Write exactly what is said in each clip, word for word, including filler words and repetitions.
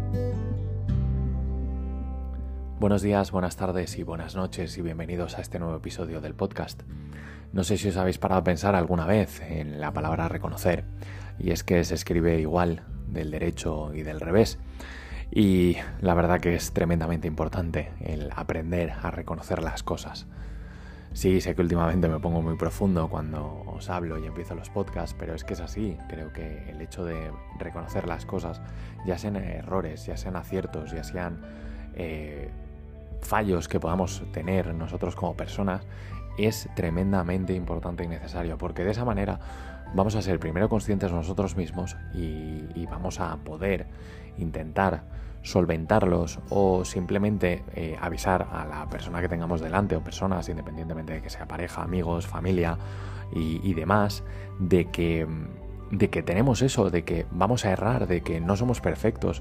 Buenos días, buenas tardes y buenas noches y bienvenidos a este nuevo episodio del podcast. No sé si os habéis parado a pensar alguna vez en la palabra reconocer, y es que se escribe igual del derecho y del revés. Y la verdad que es tremendamente importante el aprender a reconocer las cosas. Sí, sé que últimamente me pongo muy profundo cuando os hablo y empiezo los podcasts, pero es que es así. Creo que el hecho de reconocer las cosas, ya sean errores, ya sean aciertos, ya sean eh, fallos que podamos tener nosotros como personas, es tremendamente importante y necesario, porque de esa manera vamos a ser primero conscientes nosotros mismos y, y vamos a poder intentar solventarlos o simplemente eh, avisar a la persona que tengamos delante o personas, independientemente de que sea pareja, amigos, familia y, y demás, de que, de que tenemos eso, de que vamos a errar, de que no somos perfectos.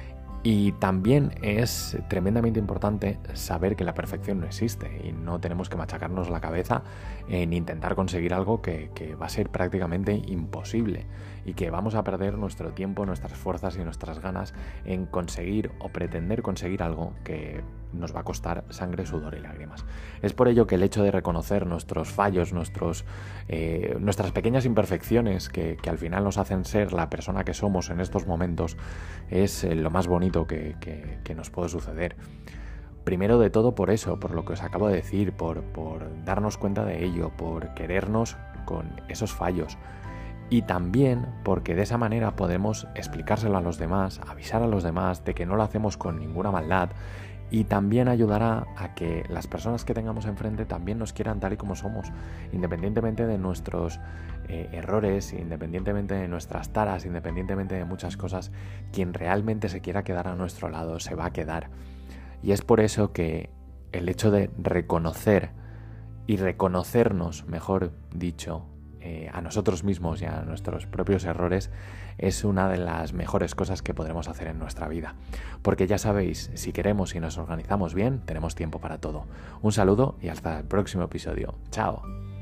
Y también es tremendamente importante saber que la perfección no existe y no tenemos que machacarnos la cabeza en intentar conseguir algo que, que va a ser prácticamente imposible y que vamos a perder nuestro tiempo, nuestras fuerzas y nuestras ganas en conseguir o pretender conseguir algo que nos va a costar sangre, sudor y lágrimas. Es por ello que el hecho de reconocer nuestros fallos, nuestros, eh, nuestras pequeñas imperfecciones que, que al final nos hacen ser la persona que somos en estos momentos es eh, lo más bonito que, que, que nos puede suceder. Primero de todo por eso, por lo que os acabo de decir, por, por darnos cuenta de ello, por querernos con esos fallos. Y también porque de esa manera podemos explicárselo a los demás, avisar a los demás de que no lo hacemos con ninguna maldad, y también ayudará a que las personas que tengamos enfrente también nos quieran tal y como somos, independientemente de nuestros eh, errores, independientemente de nuestras taras, independientemente de muchas cosas. Quien realmente se quiera quedar a nuestro lado se va a quedar. Y es por eso que el hecho de reconocer y reconocernos, mejor dicho, Eh, a nosotros mismos y a nuestros propios errores es una de las mejores cosas que podremos hacer en nuestra vida. Porque ya sabéis, si queremos y nos organizamos bien, tenemos tiempo para todo. Un saludo y hasta el próximo episodio. ¡Chao!